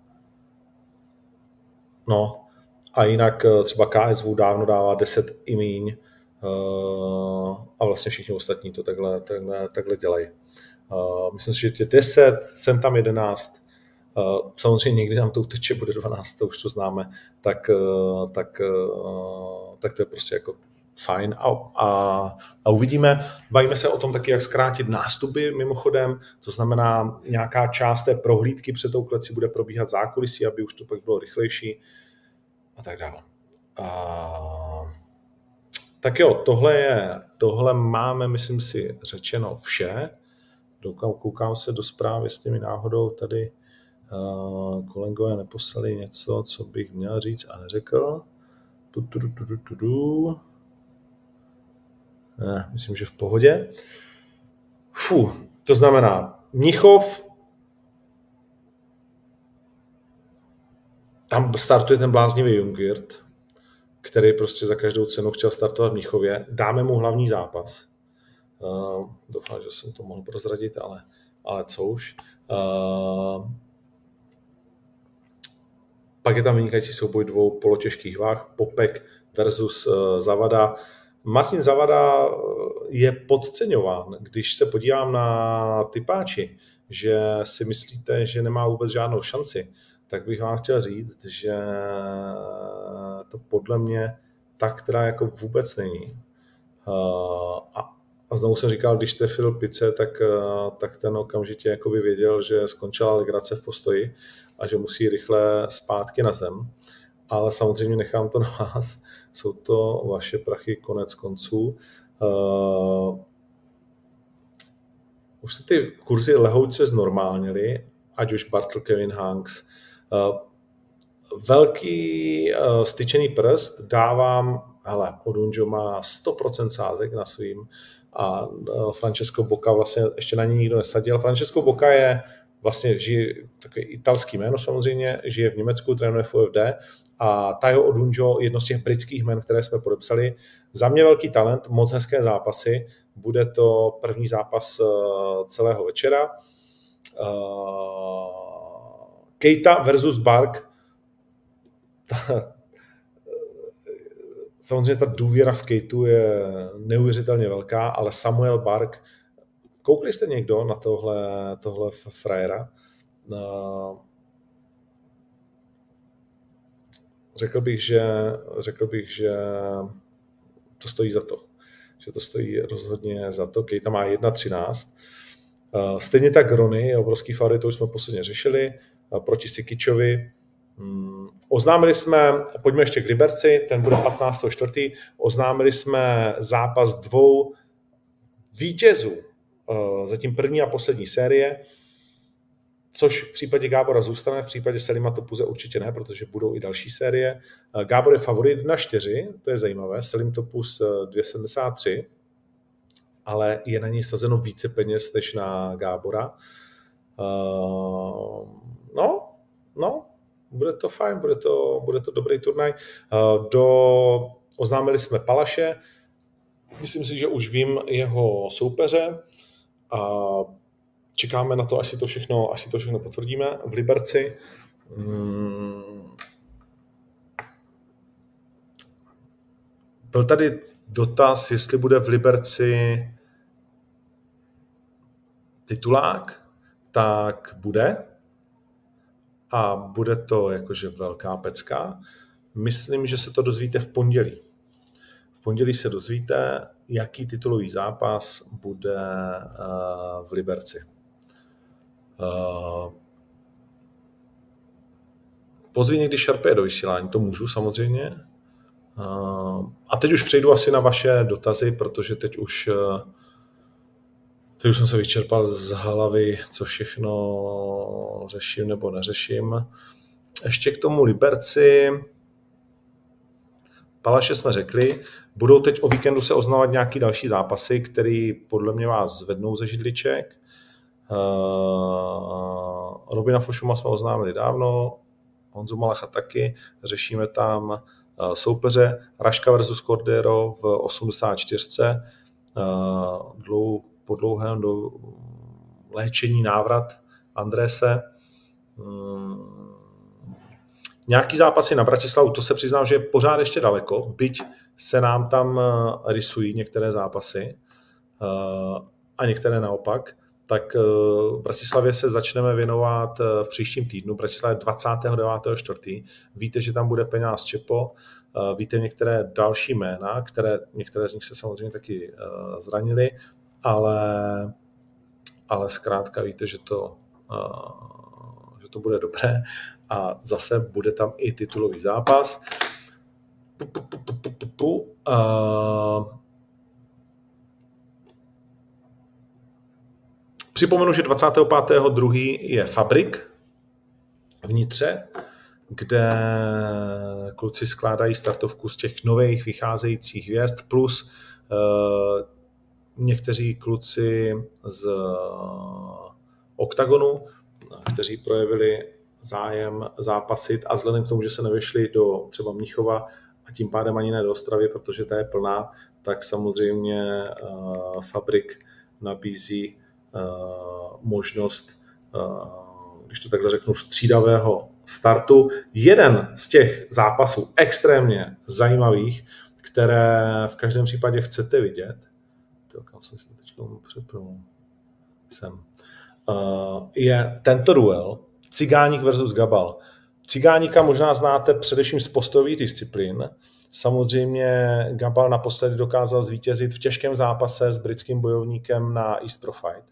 No a jinak třeba K S V dávno dává deset i míň uh, a vlastně všichni ostatní to takhle, takhle, takhle dělají. Uh, myslím si, že tě deset, jsem tam jedenáct. Uh, samozřejmě někdy nám to uteče, bude dvanáct, to už to známe, tak, uh, tak, uh, tak to je prostě jako fajn a, a, a uvidíme. Bavíme se o tom taky, jak zkrátit nástupy mimochodem, to znamená nějaká část té prohlídky před tou klecí bude probíhat v zákulisí, aby už to pak bylo rychlejší a tak dále. Uh, tak jo, tohle je, tohle máme, myslím si, řečeno vše. Doukám, koukám se do zprávy, jestli mi náhodou tady Uh, kolegové neposlali něco, co bych měl říct a neřekl. Ne, myslím, že v pohodě. Fů, to znamená Mnichov, tam startuje ten bláznivý Jungwirth, který prostě za každou cenu chtěl startovat v Mnichově. Dáme mu hlavní zápas. Uh, doufám, že jsem to mohl prozradit, ale, ale co už. Uh, Pak je tam vynikající souboj dvou polotěžkých váh, Popek versus uh, Zavada. Martin Zavada je podceňován, když se podívám na typáči, že si myslíte, že nemá vůbec žádnou šanci, tak bych vám chtěl říct, že to podle mě tak, která jako vůbec není. Uh, a A znovu jsem říkal, když trefil Pice, tak, tak ten okamžitě jakoby věděl, že skončila legrace v postoji a že musí rychle zpátky na zem. Ale samozřejmě nechám to na vás. Jsou to vaše prachy konec konců. Uh, už se ty kurzy lehoučce znormálnily, ať už Bartl, Kevin Hanks. Uh, velký uh, styčený prst dávám, hele, Odunjo má sto procent sázek na svým a Francesco Bocca vlastně ještě na něj nikdo nesadil. Francesco Bocca je vlastně žije, takový italský jméno samozřejmě, žije v Německu, trénuje v U F D a Taio Odunjo, jedno z těch britských jmen, které jsme podepsali. Za mě velký talent, moc hezké zápasy. Bude to první zápas celého večera. Keita versus Bark. Samozřejmě ta důvěra v Kejtu je neuvěřitelně velká, ale Samuel Bark, koukli jste někdo na tohle, tohle frajera? Řekl bych, že, řekl bych, že to stojí za to. Že to stojí rozhodně za to. Kejta má jedna třináct. Stejně tak Rony je obrovský favorit, to už jsme posledně řešili, proti Sikičovi. Hmm. Oznámili jsme, pojďme ještě k Liberci, ten bude patnáctého čtvrtého Oznámili jsme zápas dvou vítězů, zatím první a poslední série, což v případě Gábora zůstane, v případě Selima Topuze určitě ne, protože budou i další série. Gábor je favorit na čtyři, to je zajímavé, Selim Topuz dvě sedmdesát tři, ale je na něj sazeno více peněz než na Gábora. No, no, bude to fajn, bude to, bude to dobrý turnaj. Do, oznámili jsme Palaše, myslím si, že už vím jeho soupeře a čekáme na to, až si to všechno, až si to všechno potvrdíme. V Liberci hmm, byl tady dotaz, jestli bude v Liberci titulák, tak bude. A bude to jakože velká pecka. Myslím, že se to dozvíte v pondělí. V pondělí se dozvíte, jaký titulový zápas bude uh, v Liberci. Uh, pozví někdy Šarpé do vysílání, to můžu samozřejmě. A teď už přejdu asi na vaše dotazy, protože teď už, teď už jsem se vyčerpal z hlavy, co všechno řeším nebo neřeším. Ještě k tomu Liberci. Palaše jsme řekli, budou teď o víkendu se oznamovat nějaký další zápasy, které podle mě vás zvednou ze židliček. Uh, Robina Fošuma jsme oznámili dávno, Honzu Malacha taky, řešíme tam uh, soupeře Raška versus Cordero v osmdesát čtyři. Uh, dlou, po dlouhém do léčení návrat Andrése. Um, Nějaký zápasy na Bratislavu, to se přiznám, že je pořád ještě daleko, byť se nám tam rysují některé zápasy a některé naopak, tak v Bratislavě se začneme věnovat v příštím týdnu. Bratislava je dvacátého devátého čtvrtého Víte, že tam bude Peňáz Čepo, víte některé další jména, které, některé z nich se samozřejmě taky zranily, ale, ale zkrátka víte, že to, že to bude dobré. A zase bude tam i titulový zápas. Pu, pu, pu, pu, pu, pu. Uh, připomenu, že dvacátého pátého druhého je Fabrik v Nitře, kde kluci skládají startovku z těch nových vycházejících hvězd, plus uh, někteří kluci z Oktagonu, kteří projevili zájem zápasit a vzhledem k tomu, že se nevyšli do třeba Mnichova a tím pádem ani ne do Ostravy, protože ta je plná, tak samozřejmě uh, Fabrik nabízí uh, možnost, uh, když to takhle řeknu, střídavého startu. Jeden z těch zápasů extrémně zajímavých, které v každém případě chcete vidět, to, kam jsem si to teď přepnul, sem, uh, je tento duel Cigáník versus Gabal. Cigáníka možná znáte především z postojových disciplín. Samozřejmě Gabal naposledy dokázal zvítězit v těžkém zápase s britským bojovníkem na East Pro Fight.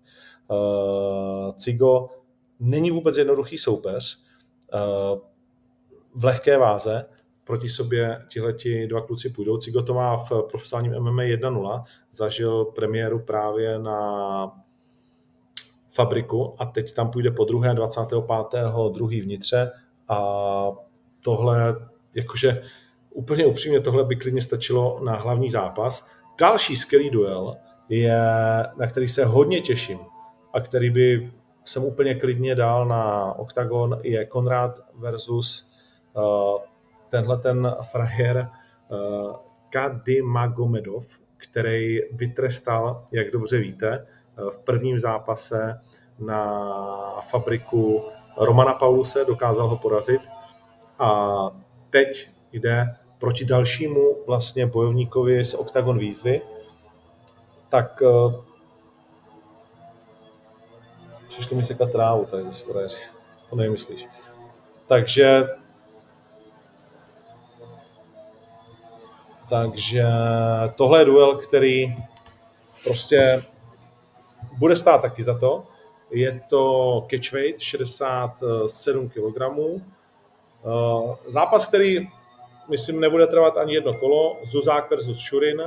Uh, Cigo není vůbec jednoduchý soupeř. Uh, v lehké váze proti sobě tihleti dva kluci půjdou. Cigo to má v profesionálním M M A jedna nula. Zažil premiéru právě na Fabriku a teď tam půjde po druhé dvacátého pátého druhého v Nitře a tohle, jakože úplně upřímně, tohle by klidně stačilo na hlavní zápas. Další skvělý duel, je, na který se hodně těším a který by jsem úplně klidně dal na Oktagon, je Konrad versus uh, tenhle ten frajer uh, Kadymagomedov, který vytrestal, jak dobře víte, v prvním zápase na Fabriku Romana Pauluse, dokázal ho porazit a teď jde proti dalšímu vlastně bojovníkovi z Oktagon výzvy, tak přišli mi sekat trávu tady ze svoréři, to nevymyslíš. Takže takže tohle je duel, který prostě bude stát taky za to. Je to catchweight šedesát sedm kilogramů. Zápas, který, myslím, nebude trvat ani jedno kolo. Zuzák versus Šurin.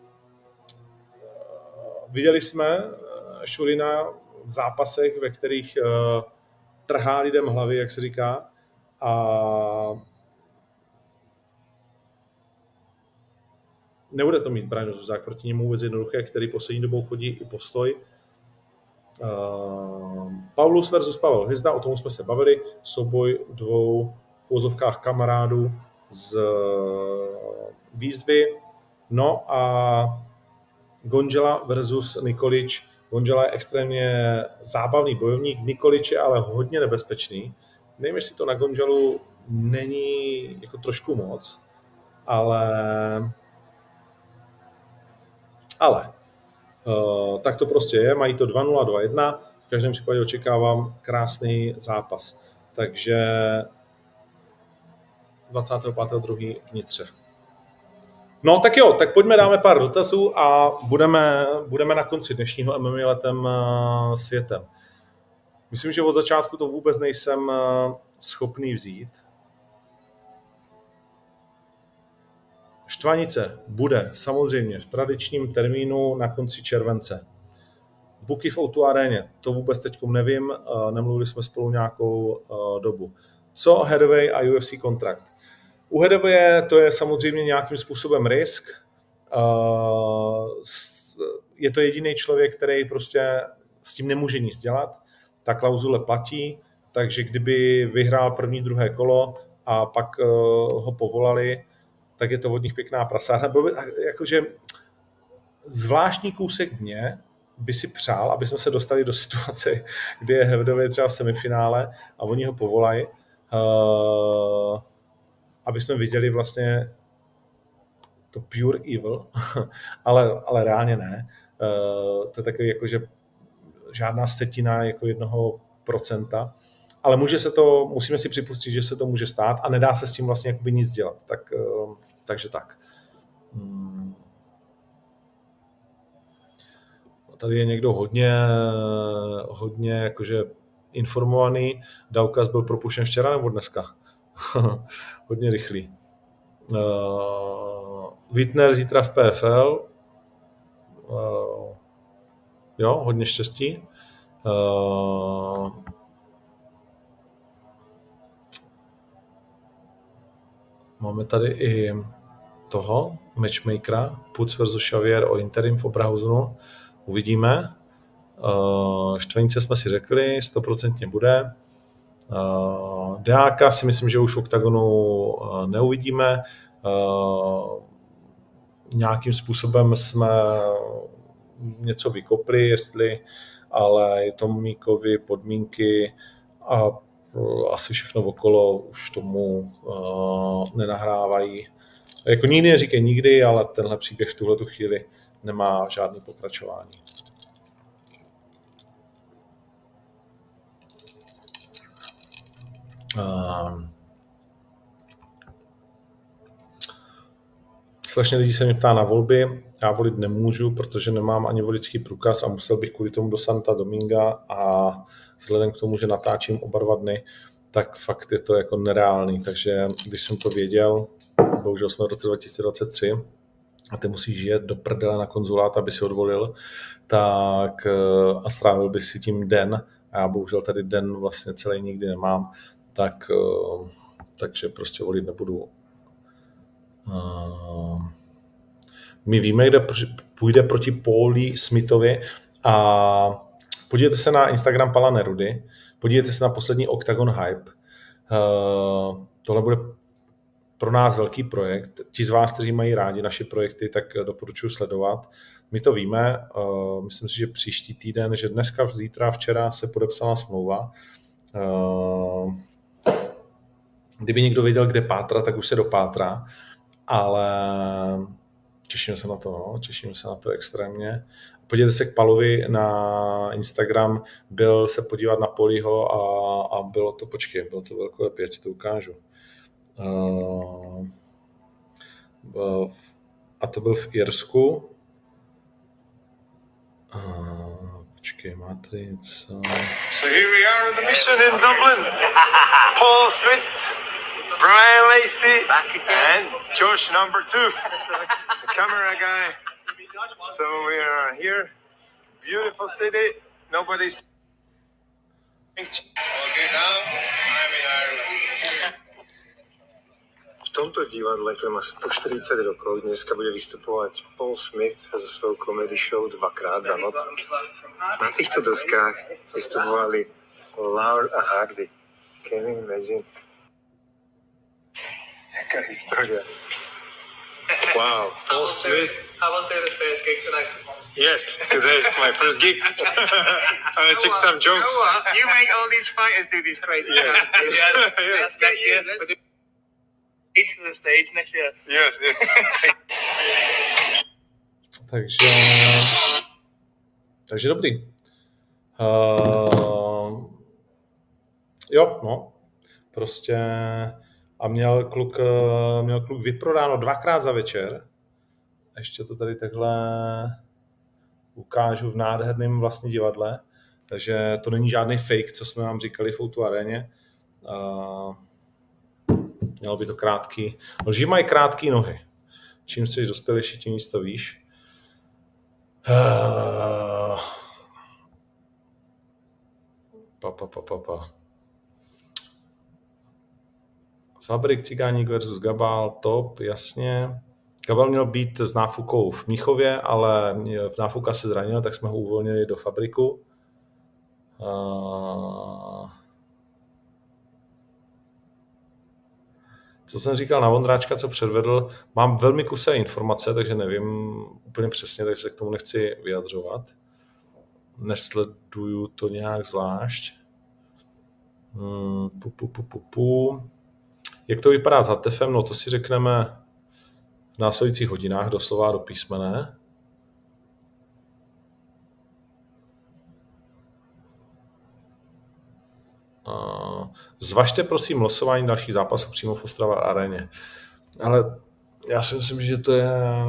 Viděli jsme Šurina v zápasech, ve kterých trhá lidem hlavy, jak se říká. A nebude to mít Brian Zuzák proti němu vůbec jednoduché, který poslední dobou chodí i postoj. Uh, Paulus versus Pavel Hvězda, o tom jsme se bavili, souboj dvou v úvozovkách kamarádů z výzvy. No a Gonžela versus Nikolič. Gonžela je extrémně zábavný bojovník, Nikolič je ale hodně nebezpečný. Nevím, jestli to na Gonželu není jako trošku moc, ale ale Uh, tak to prostě je, mají to dva nula dva jedna, v každém případě očekávám krásný zápas. Takže dvacátého pátého druhého v Nitře. No tak jo, tak pojďme dáme pár dotazů a budeme, budeme na konci dnešního M M A letem uh, světem. Myslím, že od začátku to vůbec nejsem uh, schopný vzít. Štvanice bude samozřejmě v tradičním termínu na konci července. Buky v ó dva aréně, to vůbec teď nevím, nemluvili jsme spolu nějakou dobu. Co Hathaway a U F C kontrakt? U Hathaway to je samozřejmě nějakým způsobem risk. Je to jediný člověk, který prostě s tím nemůže nic dělat. Ta klauzule platí, takže kdyby vyhrál první, druhé kolo a pak ho povolali, tak je to od nich pěkná prasárna. Jakože zvláštní kousek mě by si přál, aby jsme se dostali do situace, kdy je Hathaway třeba v semifinále a oni ho povolají, uh, aby jsme viděli vlastně to pure evil, ale, ale reálně ne. Uh, to je takový jako, že žádná setina jako jednoho procenta, ale může se to, musíme si připustit, že se to může stát a nedá se s tím vlastně jakoby nic dělat. Tak, uh, takže tak. Hmm. Tady je někdo hodně, hodně jakože informovaný. Daukas byl propuštěn včera nebo dneska? Hodně rychlý. Uh, Wittner zítra v P F L. Uh, jo, hodně štěstí. Uh, máme tady i toho, matchmakera, Puc versus Xavier o interim v Oberhausenu. Uvidíme. Uh, Štvanice jsme si řekli, stoprocentně bude. Uh, Deáka si myslím, že už v oktagonu uh, neuvidíme. Uh, nějakým způsobem jsme něco vykopli, jestli, ale je to Míkovi podmínky a uh, asi všechno okolo už tomu uh, nenahrávají. Jako nikdy neříkej nikdy, ale tenhle příběh v tuhletu chvíli nemá žádný pokračování. Uh, Strašně lidí se mě ptá na volby. Já volit nemůžu, protože nemám ani voličský průkaz a musel bych kvůli tomu do Santa Dominga a vzhledem k tomu, že natáčím oba dva dny, tak fakt je to jako nereálný. Takže když jsem to věděl, bohužel jsme v roce dva tisíce dvacet tři, a ty musíš jet do prdele na konzulát, aby si odvolil, tak a strávil by si tím den, a já bohužel tady den vlastně celý nikdy nemám, tak, takže prostě volit nebudu. My víme, kde půjde proti Pauli Smithovi a podívejte se na Instagram Pala Nerudy, podívejte se na poslední Octagon Hype. Tohle bude pro nás velký projekt. Ti z vás, kteří mají rádi naše projekty, tak doporučuji sledovat. My to víme, uh, myslím si, že příští týden, že dneska, zítra, včera se podepsala smlouva. Uh, kdyby někdo věděl, kde pátra, tak už se dopátrá, ale těším se na to, no, těším se na to extrémně. Podívejte se k Palovi na Instagram, byl se podívat na Poliho a, a bylo to, počkej, bylo to velkolepě, to ukážu. Uh, a to byl v Irsku. Uh, počkej, má tady něco. So here we are on the mission in Dublin. Paul Smith, Brian Lacey, and Josh number two, the camera guy. So we are here. Beautiful city. Nobody's. Okay, now I'm in Ireland. V tomto divadle, ktoré má sto štyridsať rokov, dneska bude vystupovať Paul Smith so svojou comedy show dvakrát za noc. Na týchto doskách vystupovali Laura a Hardy. Can you imagine? Jaká história. Wow, Paul Smith. How was there his first gig tonight? Yes, today it's my first gig. I'm gonna check some jokes. You know what? You make all these fighters do these crazy Yeah. challenges. Yeah. Let's get you. Let's... Each to the stage next year. Yes, yes. Takže, takže dobrý. Uh, jo, no, prostě a měl kluk, měl kluk vyprodáno dvakrát za večer. Ještě to tady takhle ukážu v nádherném vlastně divadle, takže to není žádný fake, co jsme vám říkali v ó dva aréně. Uh, mělo by to krátký, lži mají krátké nohy. čím jsi dospělejší, tím víc to víš. Uh, pa, pa, pa, pa, pa. Fabrik, Cigáník versus Gabal, top, jasně. Gabal měl být s náfukou v Mnichově, ale v náfuka se zranil, tak jsme ho uvolnili do Fabriku. Uh, co jsem říkal na Vondráčka, co předvedl, mám velmi kusé informace, takže nevím úplně přesně, takže se k tomu nechci vyjadřovat. Nesleduju to nějak zvlášť. Hmm, pu, pu, pu, pu, pu. Jak to vypadá s Hatefem? No to si řekneme v následujících hodinách, doslova do písmene. Zvažte prosím losování dalších zápasů přímo v Ostrava aréně. Ale já si myslím, že to je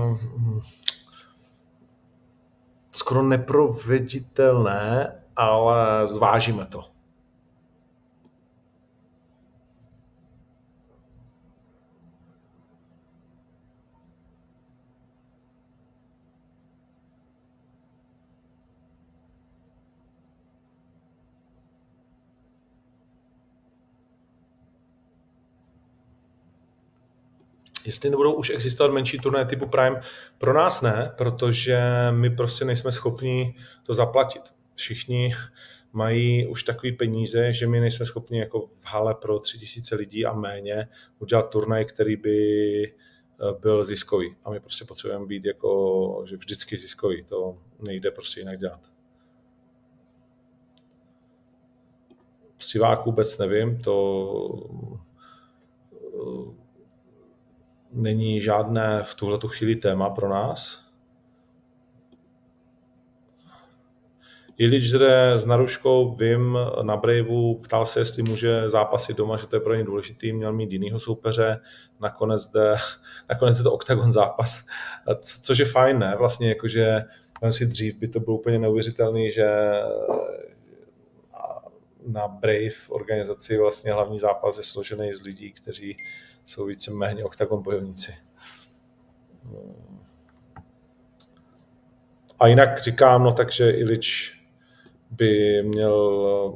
skoro neproveditelné, ale zvážíme to. Jestli nebudou už existovat menší turnaje typu Prime, pro nás ne, protože my prostě nejsme schopni to zaplatit. Všichni mají už takový peníze, že my nejsme schopni jako v hale pro tři tisíce lidí a méně udělat turnaj, který by byl ziskový. A my prostě potřebujeme být jako, že vždycky ziskový. To nejde prostě jinak dělat. Sivák vůbec nevím, to není žádné v tuhletu chvíli téma pro nás. Ilič jde s Naruškou, vím, na Braveu, ptal se, jestli může zápasit doma, že to je pro ně důležitý, měl mít jinýho soupeře, nakonec jde, nakonec jde to oktagon zápas, což je fajn, ne? Vlastně jakože si dřív by to bylo úplně neuvěřitelný, že na Brave organizaci vlastně hlavní zápas je složený z lidí, kteří jsou víceméně oktagon bojovníci. A jinak říkám, no takže Ilič by měl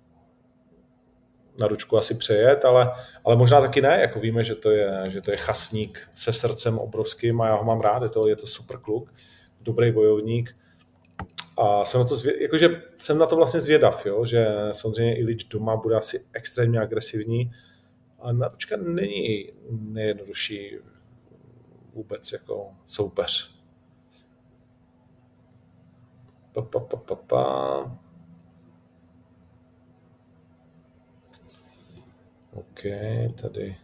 na ručku asi přejet, ale, ale možná taky ne, jako víme, že to je, že to je chasník se srdcem obrovským a já ho mám rád, je to, je to super kluk, dobrý bojovník. A jsem na to, zvěd, jakože jsem na to vlastně zvědav, jo? Že samozřejmě Ilič doma bude asi extrémně agresivní, a Naručka není nejjednodušší vůbec jako soupeř. Pa, pa, pa, pa, pa. OK, tady.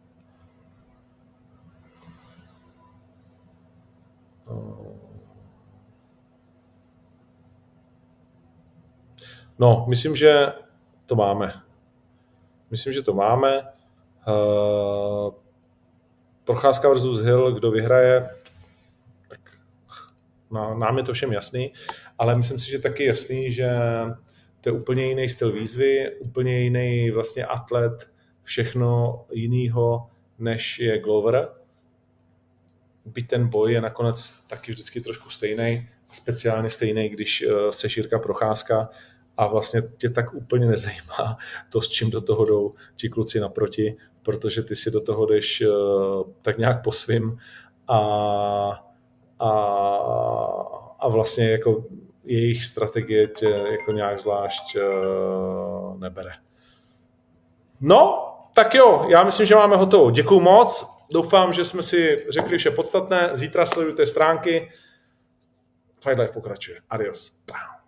No, myslím, že to máme. Myslím, že to máme. Uh, Procházka versus Hill, kdo vyhraje, tak nám je to všem jasný, ale myslím si, že taky jasný, že to je úplně jiný styl výzvy, úplně jiný vlastně atlet, všechno jinýho, než je Glover. Byť ten boj je nakonec taky vždycky trošku stejný, speciálně stejný, když se Jirka Procházka a vlastně tě tak úplně nezajímá to, s čím do toho jdou ti kluci naproti, protože ty si do toho jdeš tak nějak po svým a, a, a vlastně jako jejich strategie tě jako nějak zvlášť nebere. No, tak jo, já myslím, že máme hotovo. Děkuju moc, doufám, že jsme si řekli vše podstatné. Zítra sledujte stránky. Fight Life pokračuje. Adios.